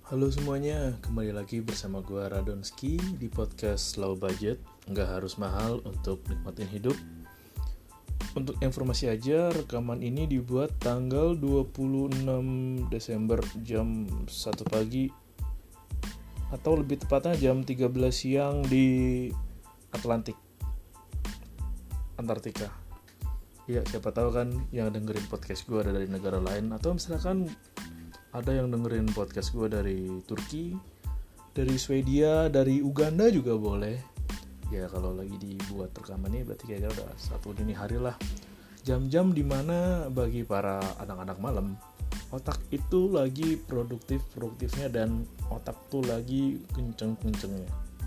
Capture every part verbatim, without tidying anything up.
Halo semuanya, kembali lagi bersama gue Radonski di podcast Low Budget. Nggak harus mahal untuk nikmatin hidup. Untuk informasi aja, rekaman ini dibuat tanggal dua puluh enam Desember jam satu pagi, atau lebih tepatnya jam tiga belas siang di Atlantik, Antartika. Ya, siapa tahu kan yang dengerin podcast gue ada dari negara lain, atau misalkan ada yang dengerin podcast gue dari Turki, dari Swedia, dari Uganda juga boleh. Ya kalau lagi dibuat rekaman ini berarti kayaknya udah satu dini hari lah. Jam-jam dimana bagi para anak-anak malam, otak itu lagi produktif-produktifnya dan otak tuh lagi kenceng-kencengnya.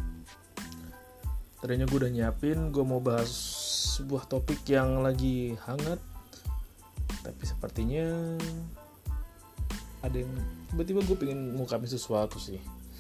Tadinya gue udah nyiapin, gue mau bahas sebuah topik yang lagi hangat, tapi sepertinya ada yang tiba-tiba gue pengen ngungkapin sesuatu sih.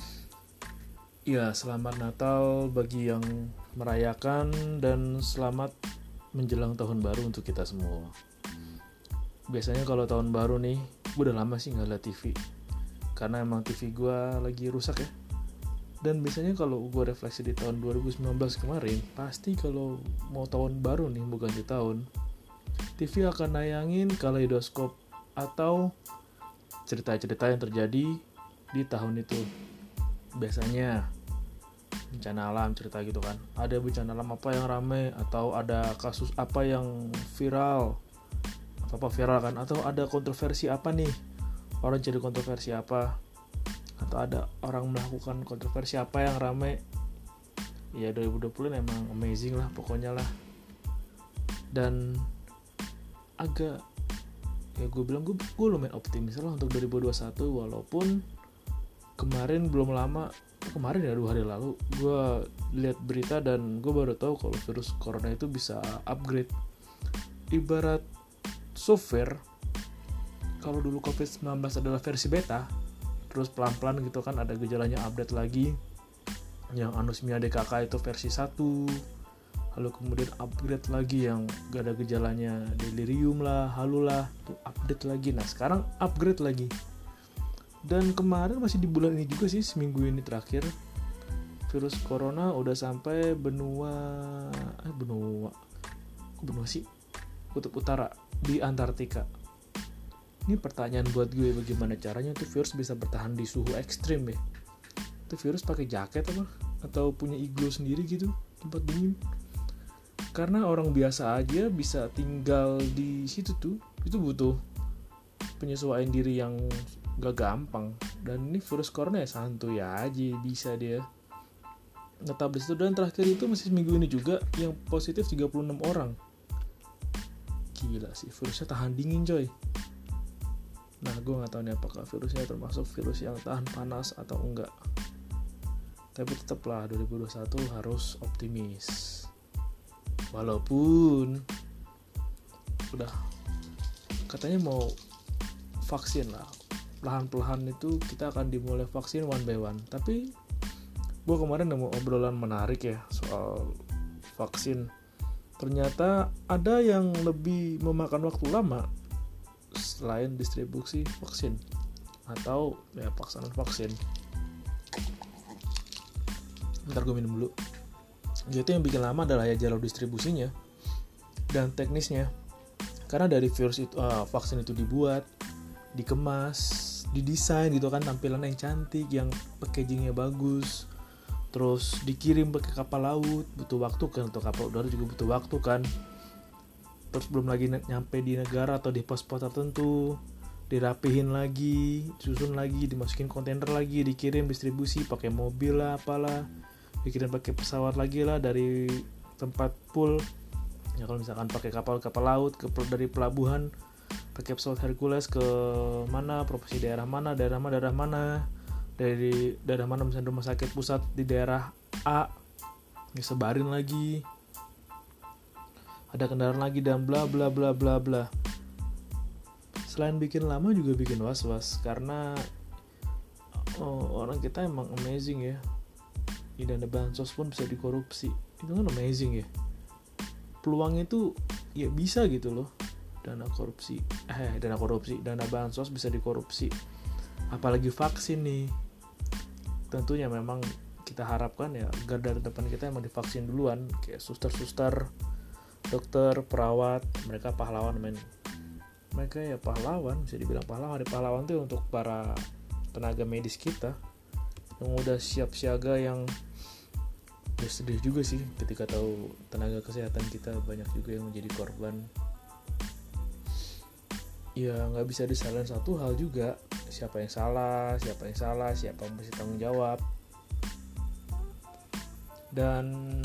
Ya, selamat Natal bagi yang merayakan dan selamat menjelang tahun baru untuk kita semua. Biasanya kalau tahun baru nih, gue udah lama sih nggak liat T V karena emang T V gue lagi rusak ya. Dan biasanya kalau gue refleksi di tahun dua ribu sembilan belas kemarin, pasti kalau mau tahun baru nih, bukan di tahun, T V akan nayangin kaleidoskop atau cerita-cerita yang terjadi di tahun itu. Biasanya bencana alam, cerita gitu kan. Ada bencana alam apa yang rame, atau ada kasus apa yang viral, apa viral kan, atau ada kontroversi apa nih, orang jadi kontroversi apa, atau ada orang melakukan kontroversi apa yang rame. Ya dua ribu dua puluh emang amazing lah pokoknya lah. Dan agak ya gue bilang gue, gue lumayan optimis lah untuk dua ribu dua puluh satu, walaupun kemarin belum lama, kemarin ya dua hari lalu gue lihat berita dan gue baru tahu kalau virus corona itu bisa upgrade. Ibarat software, kalau dulu covid sembilan belas adalah versi beta, terus pelan-pelan gitu kan ada gejalanya update lagi, yang anosmia D K K itu versi satu, lalu kemudian upgrade lagi yang gak ada gejalanya, delirium lah, halu lah, tuh update lagi. Nah sekarang upgrade lagi. Dan kemarin masih di bulan ini juga sih, seminggu ini terakhir, virus corona udah sampai benua, eh benua, benua sih, kutub utara di Antartika. Ini pertanyaan buat gue, bagaimana caranya tuh virus bisa bertahan di suhu ekstrim ya? Itu virus pakai jaket apa? Atau punya iglo sendiri gitu, tempat dingin? Karena orang biasa aja bisa tinggal di situ tuh, itu butuh penyesuaian diri yang gak gampang. Dan ini virus corona ya santuy aja bisa dia tetap di situ. Dan terakhir itu masih seminggu ini juga yang positif tiga puluh enam orang. Gila sih, virusnya tahan dingin coy. Nah gue gak tahu nih apakah virusnya termasuk virus yang tahan panas atau enggak. Tapi tetaplah dua ribu dua puluh satu harus optimis. Walaupun udah katanya mau vaksin lah, perlahan-perlahan itu kita akan dimulai vaksin one by one. Tapi gue kemarin nemu obrolan menarik ya soal vaksin. Ternyata ada yang lebih memakan waktu lama selain distribusi vaksin atau ya pelaksanaan vaksin. Bentar gue minum dulu. Jadi yang bikin lama adalah ya jalur distribusinya dan teknisnya. Karena dari virus itu, uh, vaksin itu dibuat, dikemas, didesain gitu kan, tampilan yang cantik, yang packagingnya bagus, terus dikirim pakai kapal laut, butuh waktu kan, untuk kapal udara juga butuh waktu kan. Terus belum lagi nyampe di negara atau di pos-pos tertentu, dirapihin lagi, disusun lagi, dimasukin kontainer lagi, dikirim distribusi pakai mobil lah, apalah, dikirim pakai pesawat lagi lah dari tempat pool. Ya kalau misalkan pakai kapal kapal laut ke dari pelabuhan pakai pesawat Hercules ke mana, provinsi daerah mana, daerah mana, daerah mana, dari daerah mana misalnya rumah sakit pusat di daerah A, disebarin lagi, ada kendaraan lagi dan bla bla bla bla bla. Selain bikin lama juga bikin was-was karena oh, orang kita emang amazing ya. Ya, dana bansos pun bisa dikorupsi. Itu kan amazing ya. Peluangnya itu ya bisa gitu loh. Dana korupsi, eh dana korupsi, dana bansos bisa dikorupsi. Apalagi vaksin nih. tentunya memang kita harapkan ya garda depan kita emang divaksin duluan, kayak suster-suster, dokter, perawat, mereka pahlawan men. Mereka ya pahlawan, bisa dibilang pahlawan. Ada pahlawan tuh untuk para tenaga medis kita yang udah siap siaga, yang ya sedih juga sih ketika tahu tenaga kesehatan kita banyak juga yang menjadi korban. Ya nggak bisa disalahin satu hal juga, siapa yang salah, siapa yang salah, siapa yang mesti tanggung jawab. Dan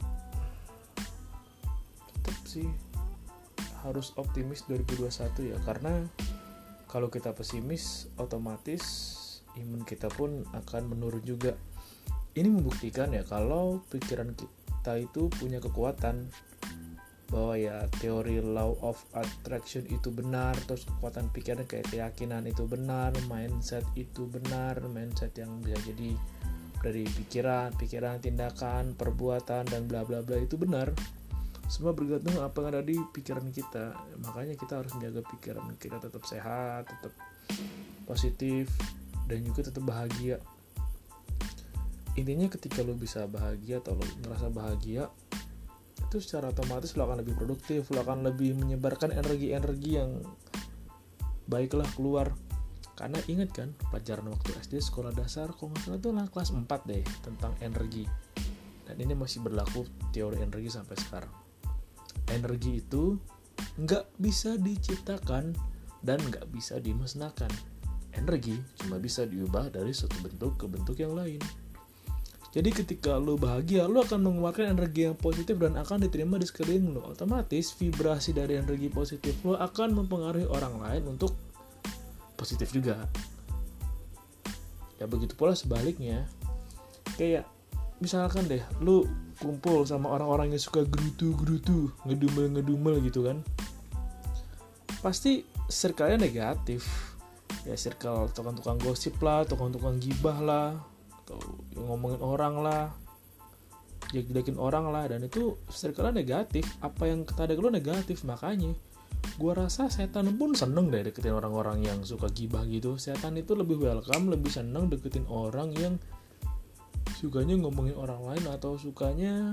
tetap sih harus optimis dua ribu dua puluh satu ya, karena kalau kita pesimis otomatis imun kita pun akan menurun juga. Ini membuktikan ya kalau pikiran kita itu punya kekuatan, bahwa ya teori law of attraction itu benar, terus kekuatan pikiran kayak keyakinan itu benar, mindset itu benar, mindset yang bisa jadi dari pikiran, pikiran, tindakan, perbuatan, dan bla bla bla itu benar. Semua bergantung apa yang ada di pikiran kita. Makanya kita harus menjaga pikiran kita tetap sehat, tetap positif, dan juga tetap bahagia. Intinya ketika lo bisa bahagia atau lo ngerasa bahagia, itu secara otomatis lo akan lebih produktif, lo akan lebih menyebarkan energi-energi yang baiklah keluar. Karena ingat kan, pelajaran waktu S D sekolah dasar, kalau nggak salah itu lah kelas empat deh, tentang energi. Dan ini masih berlaku teori energi sampai sekarang. Energi itu nggak bisa diciptakan dan nggak bisa dimusnahkan. Energi cuma bisa diubah dari suatu bentuk ke bentuk yang lain. Jadi ketika lo bahagia, lo akan mengeluarkan energi yang positif dan akan diterima di sekeliling lo. Otomatis vibrasi dari energi positif lo akan mempengaruhi orang lain untuk positif juga. Ya begitu pula sebaliknya. Kayak misalkan deh lu kumpul sama orang-orang yang suka gerutu-gerutu, ngedumel-ngedumel gitu kan, pasti circle-nya negatif. Ya circle tukang-tukang gosip lah, tukang-tukang gibah lah, atau ngomongin orang lah, jelek-jelekin orang lah, dan itu circle-nya negatif. Apa yang kata lu negatif, makanya gua rasa setan pun seneng deh deketin orang-orang yang suka gibah gitu. Setan itu lebih welcome, lebih seneng deketin orang yang sukanya ngomongin orang lain atau sukanya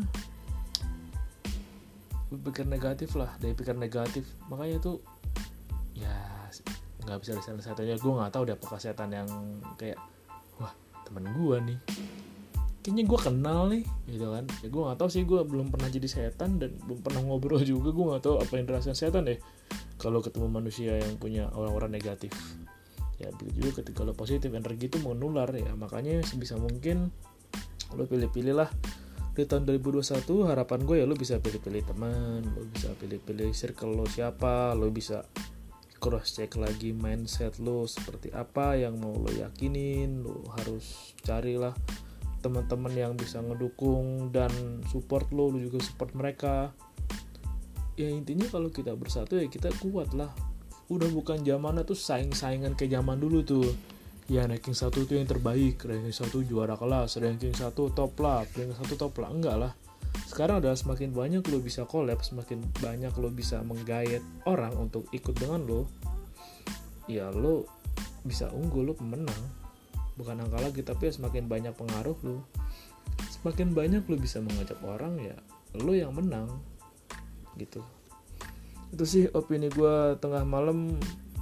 berpikir negatif lah, dari pikir negatif. Makanya tuh ya nggak bisa disalahin setannya. Gue nggak tahu deh apakah setan yang kayak wah temen gue nih, kayaknya gue kenal nih gitu kan. Ya gue nggak tahu sih, gue belum pernah jadi setan dan belum pernah ngobrol juga. Gue nggak tahu apa yang dirasain setan deh kalau ketemu manusia yang punya orang-orang negatif. Ya begitu juga ketika lo positif, energi itu menular ya. Makanya sebisa mungkin lo pilih-pilih lah di tahun dua ribu dua puluh satu. Harapan gue ya lo bisa pilih-pilih teman, lo bisa pilih-pilih circle lo siapa, lo bisa cross check lagi mindset lo seperti apa yang mau lo yakinin. Lo harus carilah teman-teman yang bisa ngedukung dan support lo, lo juga support mereka. Ya intinya kalau kita bersatu ya kita kuat lah. Udah bukan zamannya tuh saing-saingan kayak zaman dulu tuh. Ya ranking satu itu yang terbaik, ranking satu juara kelas, ranking satu top lah, ranking satu top lah. Enggak lah. Sekarang udah semakin banyak lo bisa collab, semakin banyak lo bisa menggait orang untuk ikut dengan lo. Ya lo bisa unggul, lo pemenang. Bukan angka lagi, tapi ya semakin banyak pengaruh lo, semakin banyak lo bisa mengajak orang, ya lo yang menang gitu. Itu sih opini gue tengah malam.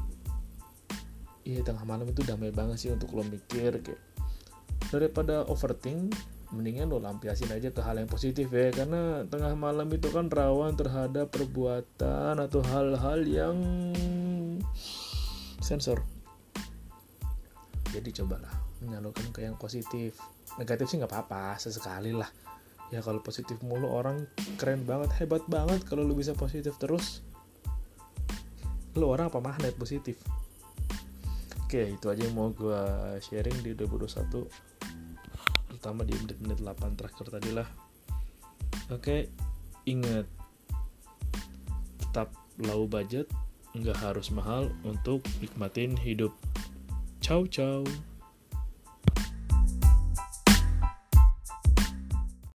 Iya, tengah malam itu damai banget sih untuk lo mikir. Kayak daripada overthink, mendingan lo lampiasin aja ke hal yang positif ya. Karena tengah malam itu kan rawan terhadap perbuatan atau hal-hal yang sensor. Jadi cobalah menyalurkan ke yang positif. Negatif sih gak apa-apa, sesekali lah. Ya kalau positif mulu orang keren banget, hebat banget kalau lo bisa positif terus. Lo orang apa magnet positif. Oke, itu aja yang mau gue sharing di dua ribu dua puluh satu, terutama di menit-menit delapan terakhir tadi lah. Oke, ingat, tetap low budget, nggak harus mahal untuk nikmatin hidup. Ciao ciao.